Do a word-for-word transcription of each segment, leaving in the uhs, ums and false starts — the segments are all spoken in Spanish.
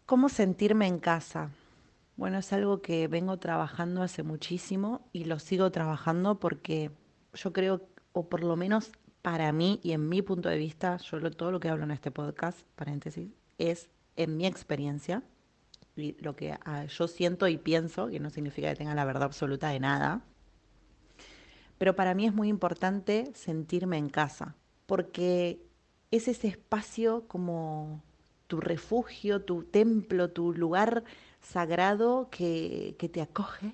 ¿Cómo sentirme en casa? Bueno, es algo que vengo trabajando hace muchísimo y lo sigo trabajando porque yo creo, o por lo menos para mí y en mi punto de vista, yo lo- todo lo que hablo en este podcast, paréntesis, es en mi experiencia y lo que ah, yo siento y pienso, que no significa que tenga la verdad absoluta de nada, pero para mí es muy importante sentirme en casa, porque es ese espacio como tu refugio, tu templo, tu lugar sagrado que, que te acoge,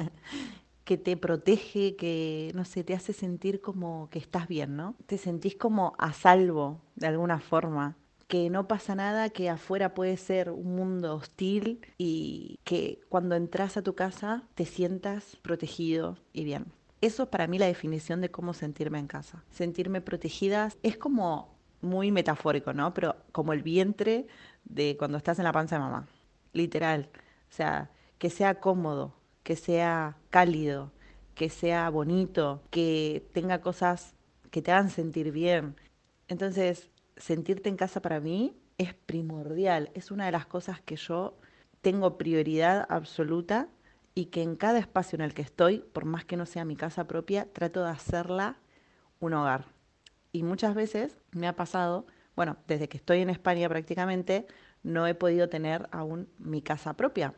que te protege, que, no sé, te hace sentir como que estás bien, ¿no? Te sentís como a salvo, de alguna forma, que no pasa nada, que afuera puede ser un mundo hostil y que cuando entras a tu casa te sientas protegido y bien. Eso es para mí la definición de cómo sentirme en casa. Sentirme protegida es como muy metafórico, ¿no? Pero como el vientre de cuando estás en la panza de mamá. Literal. O sea, que sea cómodo, que sea cálido, que sea bonito, que tenga cosas que te hagan sentir bien. Entonces, sentirte en casa para mí es primordial. Es una de las cosas que yo tengo prioridad absoluta y que en cada espacio en el que estoy, por más que no sea mi casa propia, trato de hacerla un hogar. Y muchas veces me ha pasado, bueno, desde que estoy en España prácticamente, no he podido tener aún mi casa propia.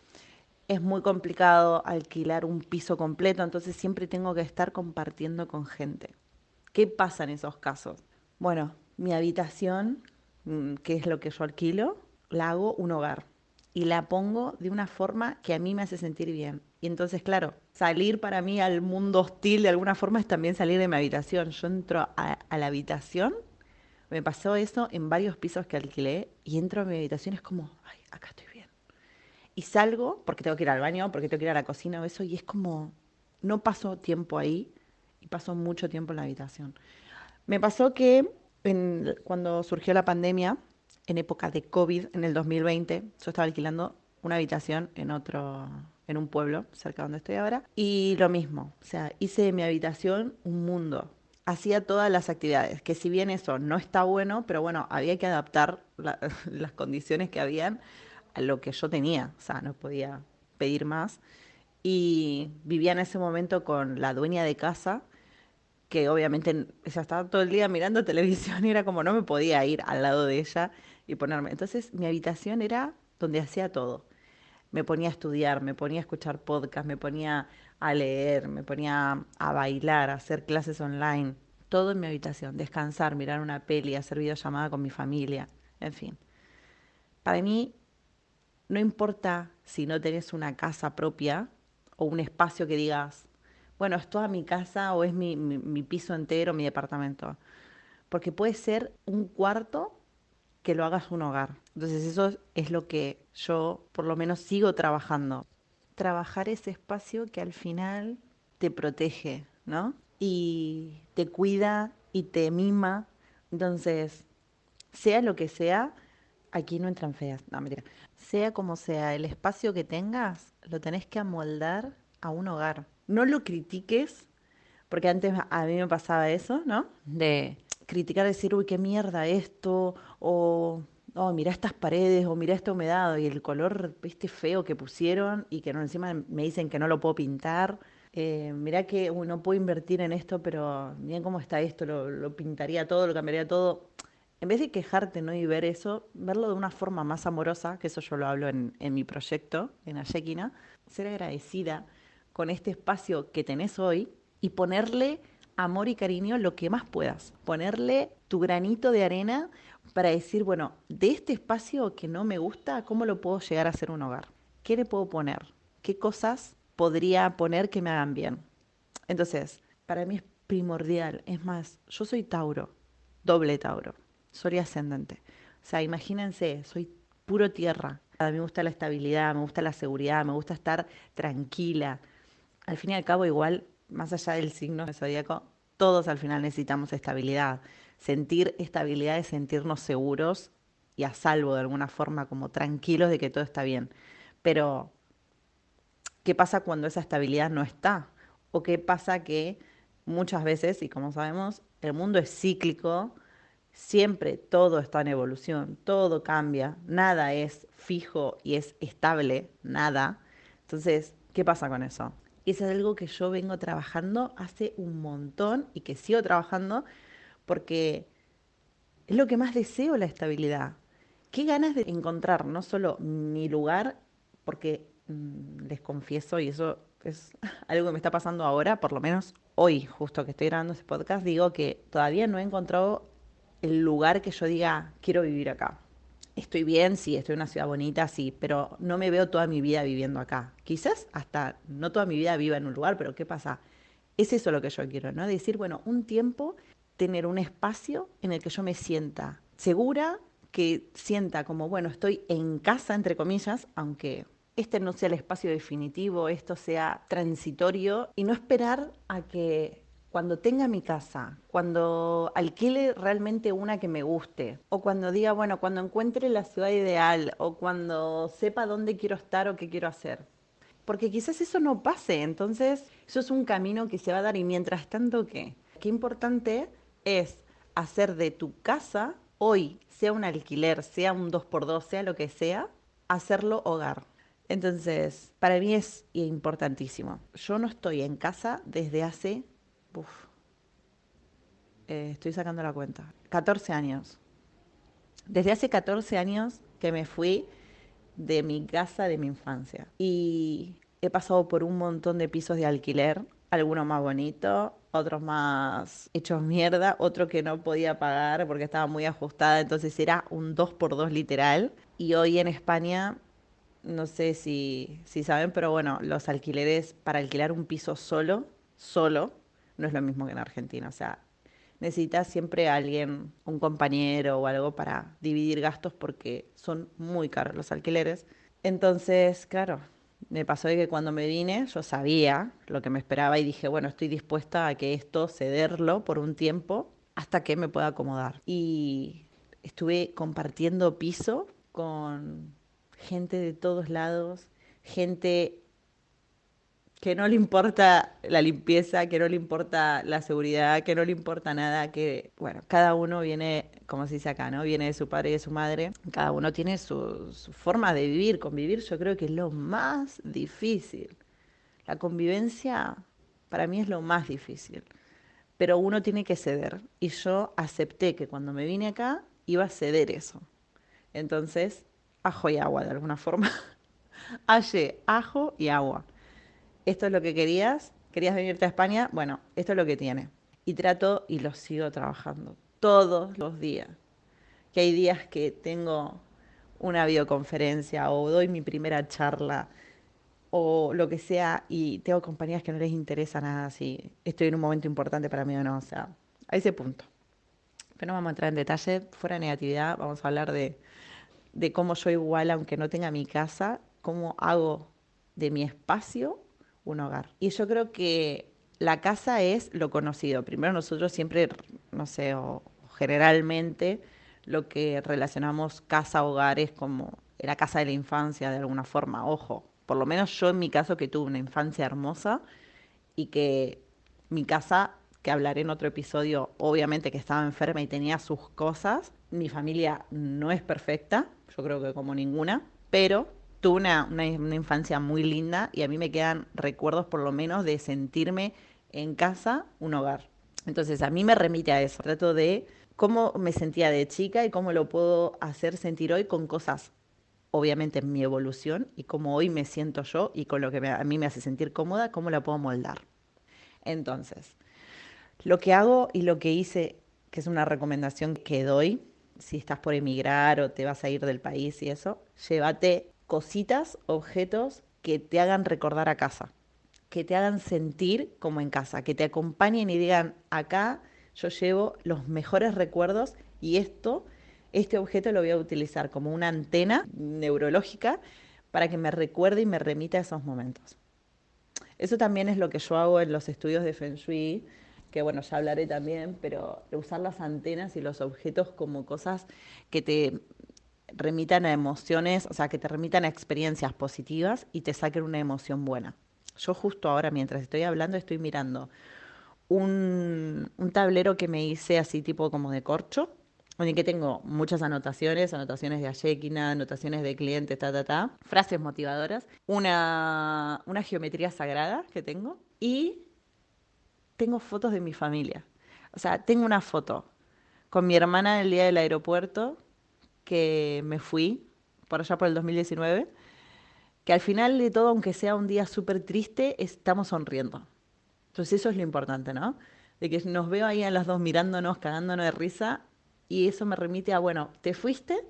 Es muy complicado alquilar un piso completo, entonces siempre tengo que estar compartiendo con gente. ¿Qué pasa en esos casos? Bueno, mi habitación, mm, que es lo que yo alquilo, la hago un hogar y la pongo de una forma que a mí me hace sentir bien. Y entonces, claro, salir para mí al mundo hostil de alguna forma es también salir de mi habitación. Yo entro a, a la habitación, me pasó eso en varios pisos que alquilé y entro a mi habitación, es como, ay, acá estoy bien. Y salgo porque tengo que ir al baño, porque tengo que ir a la cocina o eso, y es como, no paso tiempo ahí y paso mucho tiempo en la habitación. Me pasó que en- cuando surgió la pandemia, en época de COVID, en el dos mil veinte, yo estaba alquilando una habitación en otro, en un pueblo cerca de donde estoy ahora, y lo mismo, o sea, hice de mi habitación un mundo. Hacía todas las actividades, que si bien eso no está bueno, pero bueno, había que adaptar la- las condiciones que habían a lo que yo tenía, o sea, no podía pedir más. Y vivía en ese momento con la dueña de casa, que obviamente ella estaba todo el día mirando televisión y era como no me podía ir al lado de ella y ponerme. Entonces mi habitación era donde hacía todo. Me ponía a estudiar, me ponía a escuchar podcast, me ponía a leer, me ponía a bailar, a hacer clases online. Todo en mi habitación. Descansar, mirar una peli, hacer videollamada con mi familia. En fin. Para mí no importa si no tenés una casa propia o un espacio que digas, bueno, es toda mi casa o es mi, mi, mi piso entero, mi departamento. Porque puede ser un cuarto que lo hagas un hogar. Entonces eso es lo que yo por lo menos sigo trabajando. Trabajar ese espacio que al final te protege, ¿no? Y te cuida y te mima. Entonces, sea lo que sea, aquí no entran feas, no, mentira. Sea como sea, el espacio que tengas, lo tenés que amoldar a un hogar. No lo critiques, porque antes a mí me pasaba eso, ¿no? De criticar, decir, uy, qué mierda esto, o, oh, mira estas paredes, o mira esta humedad, y el color, viste, feo que pusieron, y que no, encima me dicen que no lo puedo pintar. Eh, mirá que uy, no puedo invertir en esto, pero miren cómo está esto, lo, lo pintaría todo, lo cambiaría todo. En vez de quejarte, ¿no? Y ver eso, verlo de una forma más amorosa, que eso yo lo hablo en, en mi proyecto, en Ayekina, ser agradecida con este espacio que tenés hoy y ponerle amor y cariño lo que más puedas. Ponerle tu granito de arena para decir, bueno, de este espacio que no me gusta, ¿cómo lo puedo llegar a ser un hogar? ¿Qué le puedo poner? ¿Qué cosas podría poner que me hagan bien? Entonces, para mí es primordial. Es más, yo soy Tauro, doble Tauro, soy ascendente. O sea, imagínense, soy puro tierra. A mí me gusta la estabilidad, me gusta la seguridad, me gusta estar tranquila. Al fin y al cabo, igual, más allá del signo del zodíaco, todos al final necesitamos estabilidad. Sentir estabilidad es sentirnos seguros y a salvo de alguna forma, como tranquilos de que todo está bien. Pero ¿qué pasa cuando esa estabilidad no está? ¿O qué pasa que muchas veces, y como sabemos, el mundo es cíclico, Siempre todo está en evolución, todo cambia, nada es fijo y es estable, nada. Entonces, ¿qué pasa con eso? Y eso es algo que yo vengo trabajando hace un montón y que sigo trabajando porque es lo que más deseo, la estabilidad. Qué ganas de encontrar no solo mi lugar, porque mm, les confieso, y eso es algo que me está pasando ahora, por lo menos hoy, justo que estoy grabando este podcast, digo que todavía no he encontrado el lugar que yo diga, quiero vivir acá. Estoy bien, sí, estoy en una ciudad bonita, sí, pero no me veo toda mi vida viviendo acá. Quizás hasta no toda mi vida viva en un lugar, pero ¿qué pasa? Es eso lo que yo quiero, ¿no? Decir, bueno, un tiempo, tener un espacio en el que yo me sienta segura, que sienta como, bueno, estoy en casa, entre comillas, aunque este no sea el espacio definitivo, esto sea transitorio, y no esperar a que cuando tenga mi casa, cuando alquile realmente una que me guste, o cuando diga, bueno, cuando encuentre la ciudad ideal, o cuando sepa dónde quiero estar o qué quiero hacer. Porque quizás eso no pase, entonces eso es un camino que se va a dar y mientras tanto, ¿qué? Qué importante es hacer de tu casa, hoy, sea un alquiler, sea un dos por dos, sea lo que sea, hacerlo hogar. Entonces, para mí es importantísimo. Yo no estoy en casa desde hace, uf, eh, estoy sacando la cuenta, catorce años. Desde hace catorce años que me fui de mi casa de mi infancia. Y he pasado por un montón de pisos de alquiler, algunos más bonitos, otros más hechos mierda, otro que no podía pagar porque estaba muy ajustada, entonces era un dos por dos literal. Y hoy en España, no sé si, si saben, pero bueno, los alquileres para alquilar un piso solo, solo, no es lo mismo que en Argentina. O sea, necesitas siempre a alguien, un compañero o algo para dividir gastos porque son muy caros los alquileres. Entonces, claro, me pasó de que cuando me vine yo sabía lo que me esperaba y dije, bueno, estoy dispuesta a que esto cederlo por un tiempo hasta que me pueda acomodar. Y estuve compartiendo piso con gente de todos lados, gente que no le importa la limpieza, que no le importa la seguridad, que no le importa nada, que, bueno, cada uno viene, como se dice acá, ¿no? Viene de su padre y de su madre, cada uno tiene su, su forma de vivir, convivir, yo creo que es lo más difícil. La convivencia para mí es lo más difícil, pero uno tiene que ceder. Y yo acepté que cuando me vine acá iba a ceder eso. Entonces, ajo y agua de alguna forma. Hallé ajo y agua. Esto es lo que querías, querías venirte a España, bueno, esto es lo que tiene. Y trato y lo sigo trabajando todos los días. Que hay días que tengo una videoconferencia o doy mi primera charla o lo que sea y tengo compañías que no les interesa nada si estoy en un momento importante para mí o no, o sea, a ese punto. Pero no vamos a entrar en detalle, fuera de negatividad, vamos a hablar de, de cómo yo igual, aunque no tenga mi casa, cómo hago de mi espacio un hogar. Y yo creo que la casa es lo conocido. Primero nosotros siempre, no sé, o, o generalmente lo que relacionamos casa, hogar es como la casa de la infancia de alguna forma. Ojo, por lo menos yo en mi caso que tuve una infancia hermosa y que mi casa, que hablaré en otro episodio, obviamente que estaba enferma y tenía sus cosas. Mi familia no es perfecta, yo creo que como ninguna, pero tuve una, una, una infancia muy linda y a mí me quedan recuerdos por lo menos de sentirme en casa, un hogar. Entonces a mí me remite a eso. Trato de cómo me sentía de chica y cómo lo puedo hacer sentir hoy con cosas, obviamente en mi evolución y cómo hoy me siento yo y con lo que me, a mí me hace sentir cómoda, cómo la puedo moldar. Entonces, lo que hago y lo que hice, que es una recomendación que doy, si estás por emigrar o te vas a ir del país y eso, llévate cositas, objetos que te hagan recordar a casa, que te hagan sentir como en casa, que te acompañen y digan, acá yo llevo los mejores recuerdos y esto, este objeto lo voy a utilizar como una antena neurológica para que me recuerde y me remita a esos momentos. Eso también es lo que yo hago en los estudios de Feng Shui, que bueno, ya hablaré también, pero usar las antenas y los objetos como cosas que te remitan a emociones, o sea, que te remitan a experiencias positivas y te saquen una emoción buena. Yo justo ahora, mientras estoy hablando, estoy mirando un, un tablero que me hice así tipo como de corcho en que tengo muchas anotaciones, anotaciones de Ayekina, anotaciones de clientes, ta, ta, ta, frases motivadoras, una, una geometría sagrada que tengo y tengo fotos de mi familia. O sea, tengo una foto con mi hermana el día del aeropuerto, que me fui por allá por el dos mil diecinueve, que al final de todo, aunque sea un día súper triste, estamos sonriendo. Entonces eso es lo importante, ¿no? De que nos veo ahí a las dos mirándonos, cagándonos de risa, y eso me remite a, bueno, te fuiste,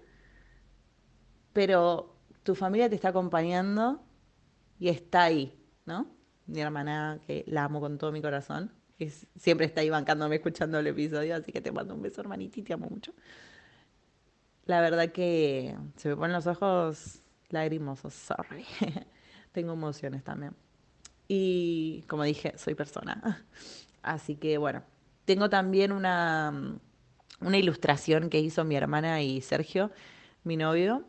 pero tu familia te está acompañando y está ahí, ¿no? Mi hermana, que la amo con todo mi corazón, que s- siempre está ahí bancándome escuchando el episodio, así que te mando un beso, hermanita, y te amo mucho. La verdad que se me ponen los ojos lagrimosos, sorry. Tengo emociones también. Y como dije, soy persona. Así que bueno, tengo también una, una ilustración que hizo mi hermana y Sergio, mi novio,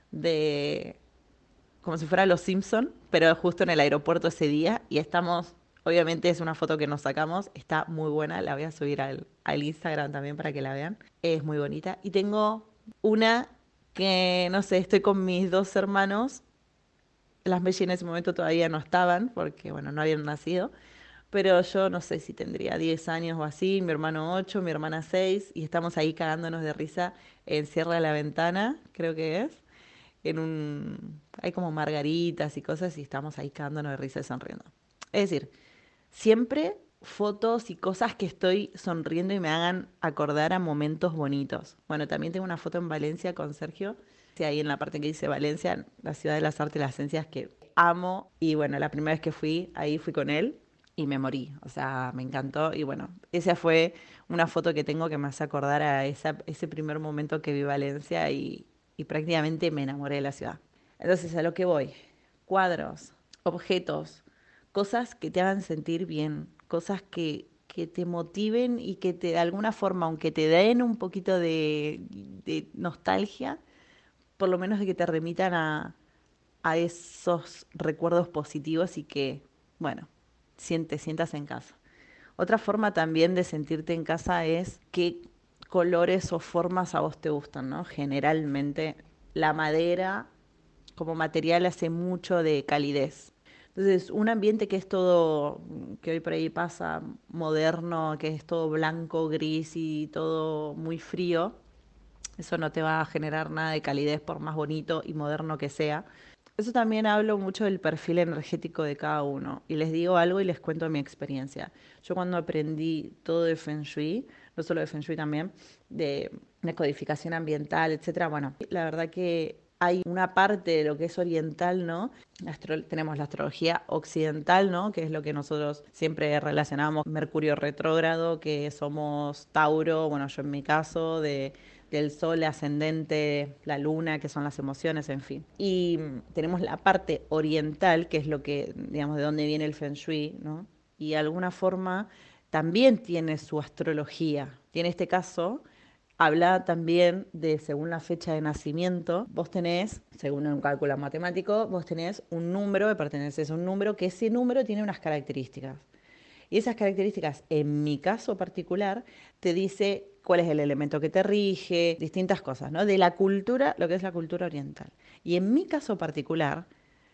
de como si fuera Los Simpson, pero justo en el aeropuerto ese día. Y estamos, obviamente es una foto que nos sacamos, está muy buena, la voy a subir al, al Instagram también para que la vean. Es muy bonita. Y tengo una que, no sé, estoy con mis dos hermanos. Las Messi en ese momento todavía no estaban, porque, bueno, no habían nacido. Pero yo no sé si tendría diez años o así, mi hermano ocho, mi hermana seis, y estamos ahí cagándonos de risa en Cierra la Ventana, creo que es. En un... Hay como margaritas y cosas y estamos ahí cagándonos de risa y sonriendo. Es decir, siempre fotos y cosas que estoy sonriendo y me hagan acordar a momentos bonitos. Bueno, también tengo una foto en Valencia con Sergio, sí, ahí en la parte que dice Valencia, la ciudad de las artes y las ciencias que amo. Y bueno, la primera vez que fui, ahí fui con él y me morí. O sea, me encantó. Y bueno, esa fue una foto que tengo que me hace acordar a esa, ese primer momento que vi Valencia y, y prácticamente me enamoré de la ciudad. Entonces, a lo que voy, cuadros, objetos, cosas que te hagan sentir bien, cosas que, que te motiven y que te, de alguna forma, aunque te den un poquito de, de nostalgia, por lo menos de que te remitan a, a esos recuerdos positivos y que, bueno, siente, sientas en casa. Otra forma también de sentirte en casa es qué colores o formas a vos te gustan, ¿no? Generalmente la madera como material hace mucho de calidez. Entonces, un ambiente que es todo, que hoy por ahí pasa, moderno, que es todo blanco, gris y todo muy frío, eso no te va a generar nada de calidez por más bonito y moderno que sea. Eso también hablo mucho del perfil energético de cada uno. Y les digo algo y les cuento mi experiencia. Yo cuando aprendí todo de Feng Shui, no solo de Feng Shui también, de, de codificación ambiental, etcétera, bueno, la verdad que hay una parte de lo que es oriental, ¿no? La astro- tenemos la astrología occidental, ¿no? Que es lo que nosotros siempre relacionamos, Mercurio retrógrado, que somos Tauro, bueno, yo en mi caso, de del sol ascendente, la luna, que son las emociones, en fin. Y mm, tenemos la parte oriental, que es lo que, digamos, de dónde viene el Feng Shui, ¿no? Y de alguna forma también tiene su astrología. Tiene este caso, habla también de, según la fecha de nacimiento, vos tenés, según un cálculo matemático, vos tenés un número, que perteneces a un número, que ese número tiene unas características. Y esas características, en mi caso particular, te dice cuál es el elemento que te rige, distintas cosas, ¿no? De la cultura, lo que es la cultura oriental. Y en mi caso particular,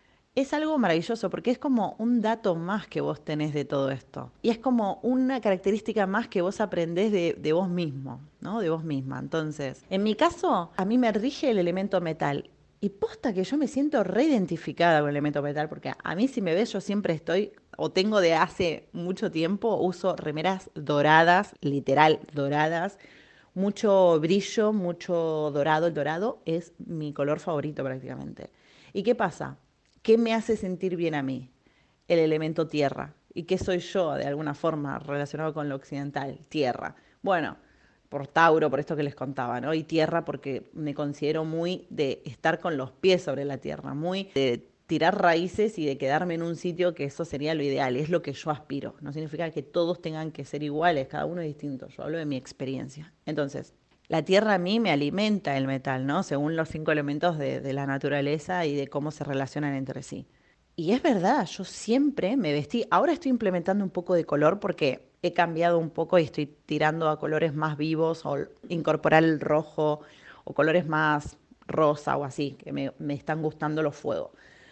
es algo maravilloso porque es como un dato más que vos tenés de todo esto. Y es como una característica más que vos aprendés de, de vos mismo, ¿no? De vos misma. Entonces, en mi caso, a mí me rige el elemento metal. Y posta que yo me siento reidentificada con el elemento metal, porque a mí si me ves, yo siempre estoy, o tengo de hace mucho tiempo, uso remeras doradas, literal doradas, mucho brillo, mucho dorado. El dorado es mi color favorito prácticamente. ¿Y qué pasa? ¿Qué me hace sentir bien a mí? El elemento tierra. ¿Y qué soy yo de alguna forma relacionado con lo occidental? Tierra. Bueno, por Tauro, por esto que les contaba, ¿no? Y tierra porque me considero muy de estar con los pies sobre la tierra, muy de tirar raíces y de quedarme en un sitio que eso sería lo ideal, es lo que yo aspiro. No significa que todos tengan que ser iguales, cada uno es distinto. Yo hablo de mi experiencia. Entonces, la tierra a mí me alimenta el metal, ¿no? Según los cinco elementos de, de la naturaleza y de cómo se relacionan entre sí. Y es verdad, yo siempre me vestí, ahora estoy implementando un poco de color porque he cambiado un poco y estoy tirando a colores más vivos o incorporar el rojo o colores más rosa o así, que me, me están gustando los fuegos.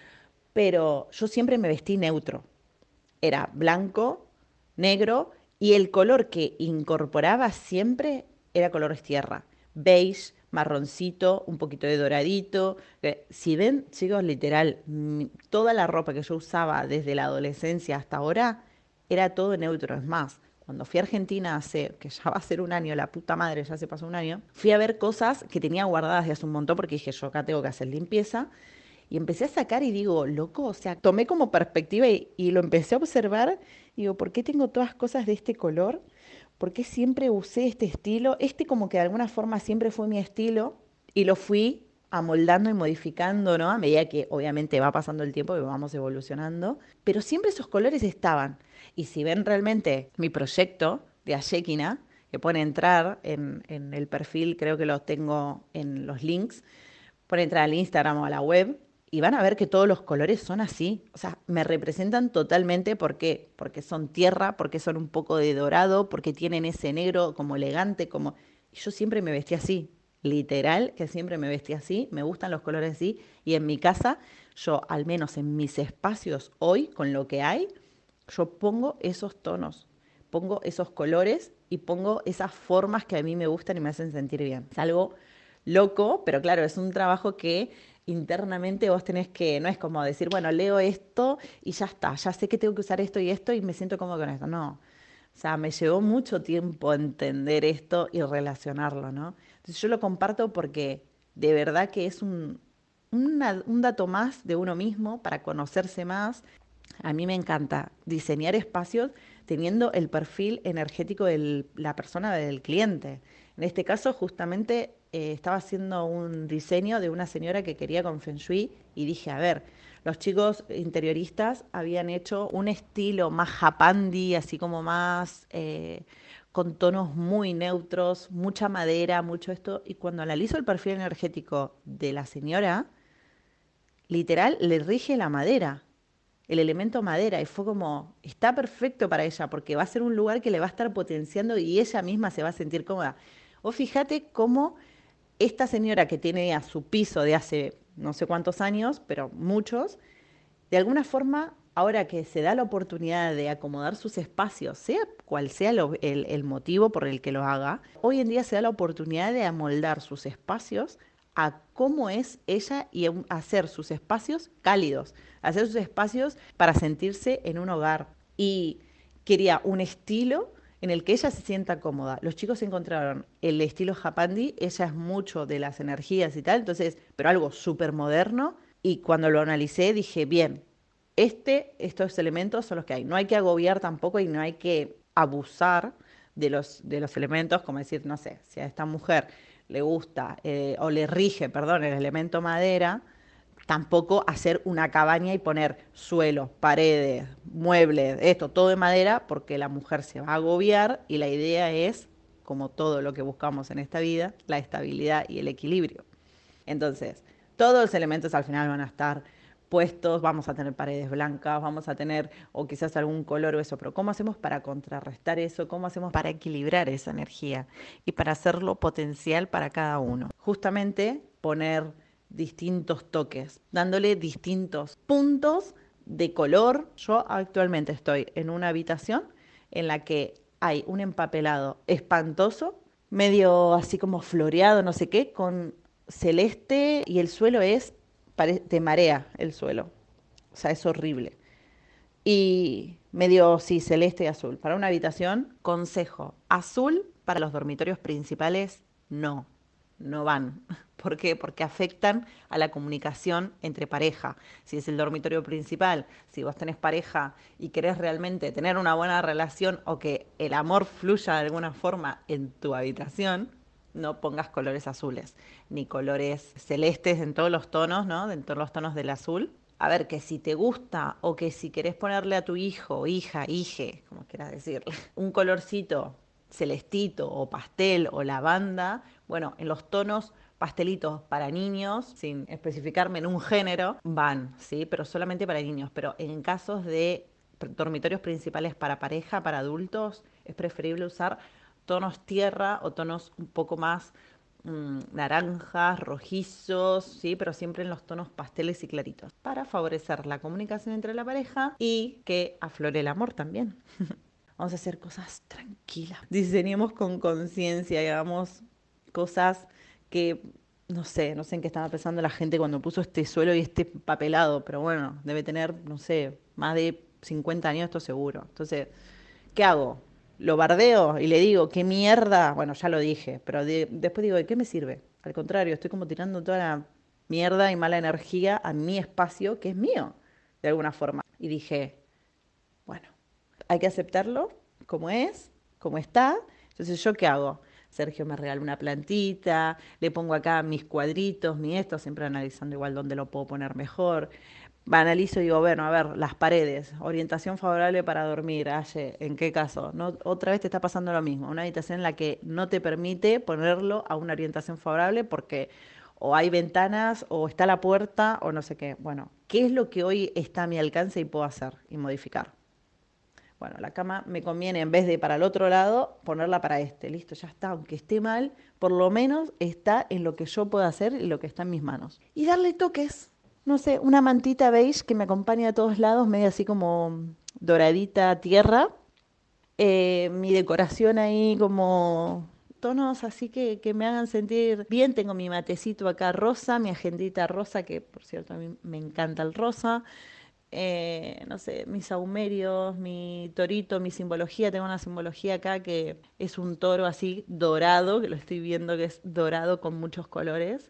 Pero yo siempre me vestí neutro. Era blanco, negro y el color que incorporaba siempre era colores tierra. Beige, marroncito, un poquito de doradito. Eh, Si ven, chicos, literal, mi- toda la ropa que yo usaba desde la adolescencia hasta ahora era todo neutro. Es más, cuando fui a Argentina hace, que ya va a ser un año, la puta madre, ya se pasó un año, fui a ver cosas que tenía guardadas de hace un montón porque dije, yo acá tengo que hacer limpieza. Y empecé a sacar y digo, loco, o sea, tomé como perspectiva y, y lo empecé a observar. Y digo, ¿por qué tengo todas cosas de este color? ¿Por qué siempre usé este estilo? Este como que de alguna forma siempre fue mi estilo y lo fui amoldando y modificando, ¿no? A medida que obviamente va pasando el tiempo y vamos evolucionando. Pero siempre esos colores estaban. Y si ven realmente mi proyecto de Ashekina, que pueden entrar en, en el perfil, creo que lo tengo en los links, pueden entrar al Instagram o a la web y van a ver que todos los colores son así. O sea, me representan totalmente. ¿Por qué? Porque son tierra, porque son un poco de dorado, porque tienen ese negro como elegante, como... Y yo siempre me vestí así, literal, que siempre me vestí así, me gustan los colores así. Y en mi casa, yo al menos en mis espacios hoy, con lo que hay, yo pongo esos tonos, pongo esos colores y pongo esas formas que a mí me gustan y me hacen sentir bien. Es algo loco, pero claro, es un trabajo que internamente vos tenés que, no es como decir, bueno, leo esto y ya está, ya sé que tengo que usar esto y esto y me siento cómodo con esto. No, o sea, me llevó mucho tiempo entender esto y relacionarlo, ¿no? Entonces yo lo comparto porque de verdad que es un, una- un dato más de uno mismo para conocerse más. A mí me encanta diseñar espacios teniendo el perfil energético de la persona, del cliente. En este caso, justamente eh, estaba haciendo un diseño de una señora que quería con Feng Shui y dije, a ver, los chicos interioristas habían hecho un estilo más japandi, así como más eh, con tonos muy neutros, mucha madera, mucho esto. Y cuando analizo el perfil energético de la señora, literal le rige la madera, el elemento madera, y fue como, está perfecto para ella, porque va a ser un lugar que le va a estar potenciando y ella misma se va a sentir cómoda. O fíjate cómo esta señora que tiene a su piso de hace no sé cuántos años, pero muchos, de alguna forma, ahora que se da la oportunidad de acomodar sus espacios, sea cual sea lo- el, el motivo por el que lo haga, hoy en día se da la oportunidad de amoldar sus espacios a cómo es ella y a un- hacer sus espacios cálidos, hacer sus espacios para sentirse en un hogar. Y quería un estilo en el que ella se sienta cómoda. Los chicos encontraron el estilo Japandi, ella es mucho de las energías y tal, entonces, pero algo súper moderno. Y cuando lo analicé dije, bien, este, estos elementos son los que hay. No hay que agobiar tampoco y no hay que abusar de los, de los elementos, como decir, no sé, si a esta mujer le gusta eh, o le rige, perdón, el elemento madera, tampoco hacer una cabaña y poner suelos, paredes, muebles, esto, todo de madera, porque la mujer se va a agobiar y la idea es, como todo lo que buscamos en esta vida, la estabilidad y el equilibrio. Entonces, todos los elementos al final van a estar puestos, vamos a tener paredes blancas, vamos a tener o quizás algún color o eso, pero ¿cómo hacemos para contrarrestar eso? ¿Cómo hacemos para equilibrar esa energía y para hacerlo potencial para cada uno? Justamente poner distintos toques, dándole distintos puntos de color. Yo actualmente estoy en una habitación en la que hay un empapelado espantoso, medio así como floreado, no sé qué, con celeste y el suelo es, te marea el suelo. O sea, es horrible. Y medio, sí, celeste y azul. Para una habitación, consejo, azul para los dormitorios principales, no, no van. ¿Por qué? Porque afectan a la comunicación entre pareja. Si es el dormitorio principal, si vos tenés pareja y querés realmente tener una buena relación o que el amor fluya de alguna forma en tu habitación, no pongas colores azules, ni colores celestes en todos los tonos, ¿no? En todos los tonos del azul. A ver, que si te gusta o que si querés ponerle a tu hijo, hija, hije, como quieras decirle, un colorcito celestito o pastel o lavanda, bueno, en los tonos pastelitos para niños, sin especificarme en un género, van, ¿sí? Pero solamente para niños. Pero en casos de dormitorios principales para pareja, para adultos, Es preferible usar tonos tierra o tonos un poco más mmm, naranjas, rojizos, ¿sí? Pero siempre en los tonos pasteles y claritos, para favorecer la comunicación entre la pareja y que aflore el amor también. Vamos a hacer cosas tranquilas. Diseñemos con conciencia, hagamos cosas que, no sé, no sé en qué estaba pensando la gente cuando puso este suelo y este papelado, pero bueno, debe tener, no sé, más de cincuenta años, esto seguro. Entonces, ¿qué hago? Lo bardeo y le digo, ¿qué mierda? Bueno, ya lo dije, pero de- después digo, ¿de qué me sirve? Al contrario, estoy como tirando toda la mierda y mala energía a mi espacio, que es mío, de alguna forma. Y dije, bueno, hay que aceptarlo como es, como está. Entonces, ¿yo qué hago? Sergio me regala una plantita, le pongo acá mis cuadritos, mi esto, siempre analizando igual dónde lo puedo poner mejor. Analizo y digo, bueno, a ver, las paredes, orientación favorable para dormir, Aye, ¿en qué caso? No, otra vez te está pasando lo mismo, una habitación en la que no te permite ponerlo a una orientación favorable porque o hay ventanas o está la puerta o no sé qué. Bueno, ¿qué es lo que hoy está a mi alcance y puedo hacer y modificar? Bueno, la cama me conviene en vez de para el otro lado, ponerla para este. Listo, ya está. Aunque esté mal, por lo menos está en lo que yo puedo hacer y lo que está en mis manos. Y darle toques. No sé, una mantita beige que me acompaña a todos lados, medio así como doradita tierra. Eh, mi decoración ahí como tonos así que, que me hagan sentir bien. Tengo mi matecito acá rosa, mi agendita rosa, que por cierto a mí me encanta el rosa. Eh, no sé, mis saumerios, mi torito, mi simbología. Tengo una simbología acá que es un toro así dorado, que lo estoy viendo que es dorado con muchos colores.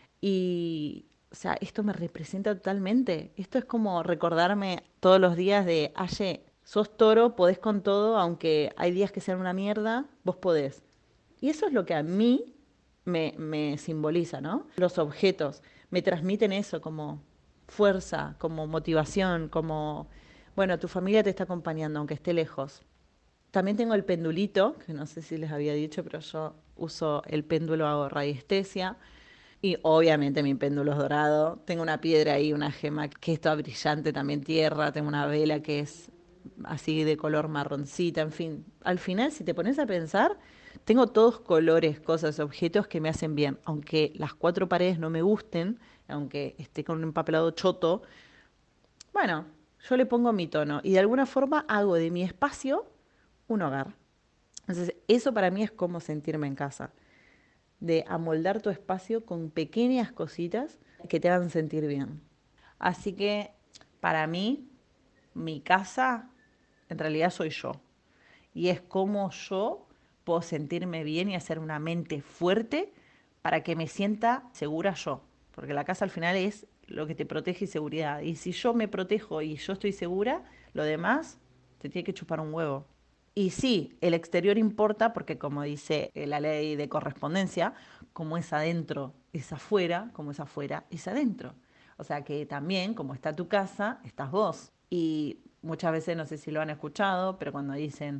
Y, o sea, esto me representa totalmente. Esto es como recordarme todos los días de, Aye, sos toro, podés con todo, aunque hay días que sean una mierda, vos podés. Y eso es lo que a mí me, me simboliza, ¿no? Los objetos me transmiten eso como fuerza, como motivación, como, bueno, tu familia te está acompañando, aunque esté lejos. También tengo el pendulito, que no sé si les había dicho, pero yo uso el péndulo, hago radiestesia. Y obviamente mi péndulo es dorado. Tengo una piedra ahí, una gema que es toda brillante, también tierra. Tengo una vela que es así de color marroncita, en fin. Al final, si te pones a pensar, tengo todos colores, cosas, objetos que me hacen bien. Aunque las cuatro paredes no me gusten, aunque esté con un empapelado choto, bueno, yo le pongo mi tono y de alguna forma hago de mi espacio un hogar. Entonces, eso para mí es como sentirme en casa, de amoldar tu espacio con pequeñas cositas que te hagan sentir bien. Así que para mí, mi casa en realidad soy yo. Y es como yo puedo sentirme bien y hacer una mente fuerte para que me sienta segura yo. Porque la casa al final es lo que te protege y seguridad. Y si yo me protejo y yo estoy segura, lo demás te tiene que chupar un huevo. Y sí, el exterior importa porque como dice eh, la ley de correspondencia, como es adentro es afuera, como es afuera es adentro. O sea que también, como está tu casa, estás vos. Y muchas veces, no sé si lo han escuchado, pero cuando dicen,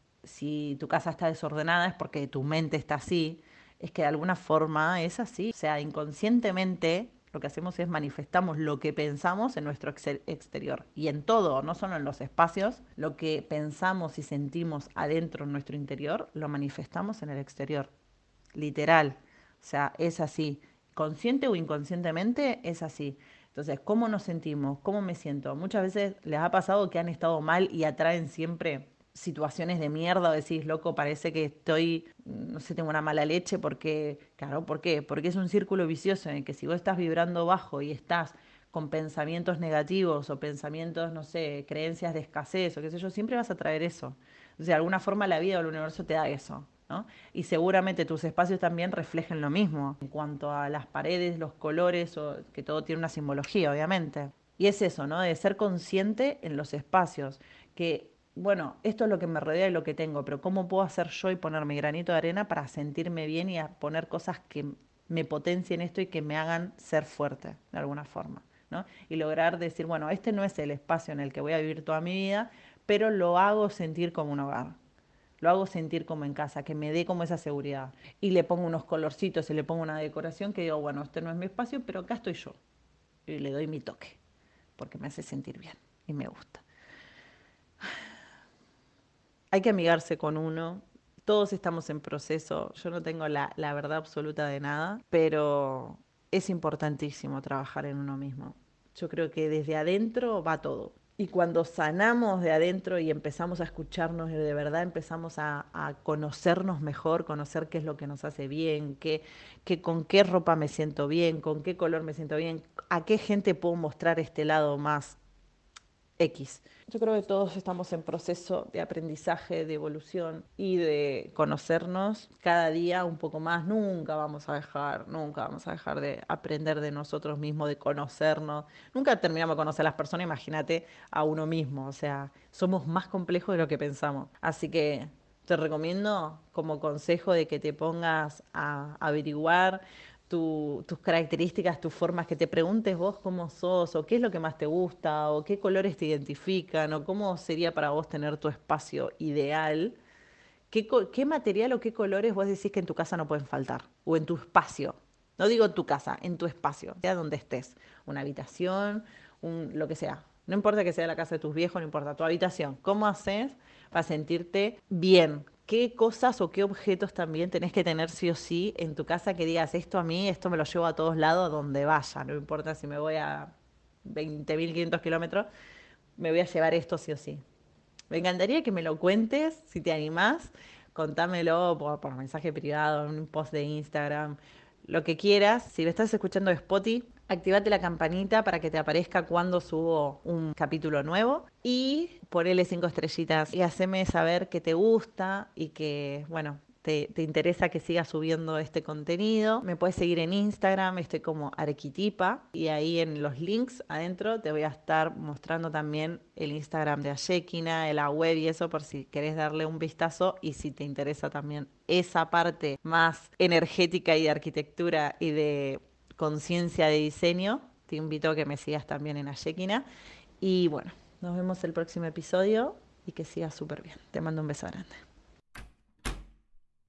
si tu casa está desordenada es porque tu mente está así, es que de alguna forma es así. O sea, inconscientemente lo que hacemos es manifestamos lo que pensamos en nuestro exterior y en todo, no solo en los espacios, lo que pensamos y sentimos adentro en nuestro interior, lo manifestamos en el exterior. Literal. O sea, es así. Consciente o inconscientemente es así. Entonces, ¿cómo nos sentimos? ¿Cómo me siento? Muchas veces les ha pasado que han estado mal y atraen siempre situaciones de mierda o decís, loco, parece que estoy, no sé, tengo una mala leche porque, claro, ¿por qué? Porque es un círculo vicioso en el que si vos estás vibrando bajo y estás con pensamientos negativos o pensamientos, no sé, creencias de escasez o qué sé yo, siempre vas a traer eso. Entonces, de alguna forma la vida o el universo te da eso, ¿no? Y seguramente tus espacios también reflejen lo mismo en cuanto a las paredes, los colores, o que todo tiene una simbología, obviamente. Y es eso, ¿no? De ser consciente en los espacios, que bueno, esto es lo que me rodea y lo que tengo, pero ¿cómo puedo hacer yo y poner mi granito de arena para sentirme bien y a poner cosas que me potencien esto y que me hagan ser fuerte de alguna forma, ¿no? Y lograr decir, bueno, este no es el espacio en el que voy a vivir toda mi vida, pero lo hago sentir como un hogar. Lo hago sentir como en casa, que me dé como esa seguridad. Y le pongo unos colorcitos y le pongo una decoración que digo, bueno, este no es mi espacio, pero acá estoy yo. Y le doy mi toque, porque me hace sentir bien y me gusta. hay que amigarse con uno. Todos estamos en proceso. Yo no tengo la, la verdad absoluta de nada, pero es importantísimo trabajar en uno mismo. Yo creo que desde adentro va todo. Y cuando sanamos de adentro y empezamos a escucharnos y de verdad empezamos a, a conocernos mejor, conocer qué es lo que nos hace bien, qué, qué, con qué ropa me siento bien, con qué color me siento bien, a qué gente puedo mostrar este lado más X. Yo creo que todos estamos en proceso de aprendizaje, de evolución y de conocernos cada día un poco más. Nunca vamos a dejar, nunca vamos a dejar de aprender de nosotros mismos, de conocernos. Nunca terminamos de conocer a las personas, imagínate a uno mismo. O sea, somos más complejos de lo que pensamos. Así que te recomiendo como consejo de que te pongas a averiguar tu, tus características, tus formas, que te preguntes vos cómo sos, o qué es lo que más te gusta, o qué colores te identifican, o cómo sería para vos tener tu espacio ideal. ¿Qué, qué material o qué colores vos decís que en tu casa no pueden faltar? O en tu espacio. No digo en tu casa, en tu espacio, sea donde estés. Una habitación, un, lo que sea. No importa que sea la casa de tus viejos, no importa, tu habitación. ¿Cómo haces para sentirte bien? ¿Qué cosas o qué objetos también tenés que tener sí o sí en tu casa que digas, esto a mí, esto me lo llevo a todos lados, a donde vaya? No importa si me voy a veinte mil quinientos kilómetros, me voy a llevar esto sí o sí. Me encantaría que me lo cuentes, si te animás, contámelo por, por mensaje privado, en un post de Instagram, lo que quieras. Si lo estás escuchando de Spotify, activate la campanita para que te aparezca cuando subo un capítulo nuevo y ponele cinco estrellitas y haceme saber que te gusta y que, bueno, te, te interesa que siga subiendo este contenido. Me puedes seguir en Instagram, estoy como Arquitipa y ahí en los links adentro te voy a estar mostrando también el Instagram de Ayekina, la web y eso por si querés darle un vistazo y si te interesa también esa parte más energética y de arquitectura y de conciencia de diseño, te invito a que me sigas también en Ayekina. Y bueno, nos vemos el próximo episodio y que sigas súper bien. Te mando un beso grande.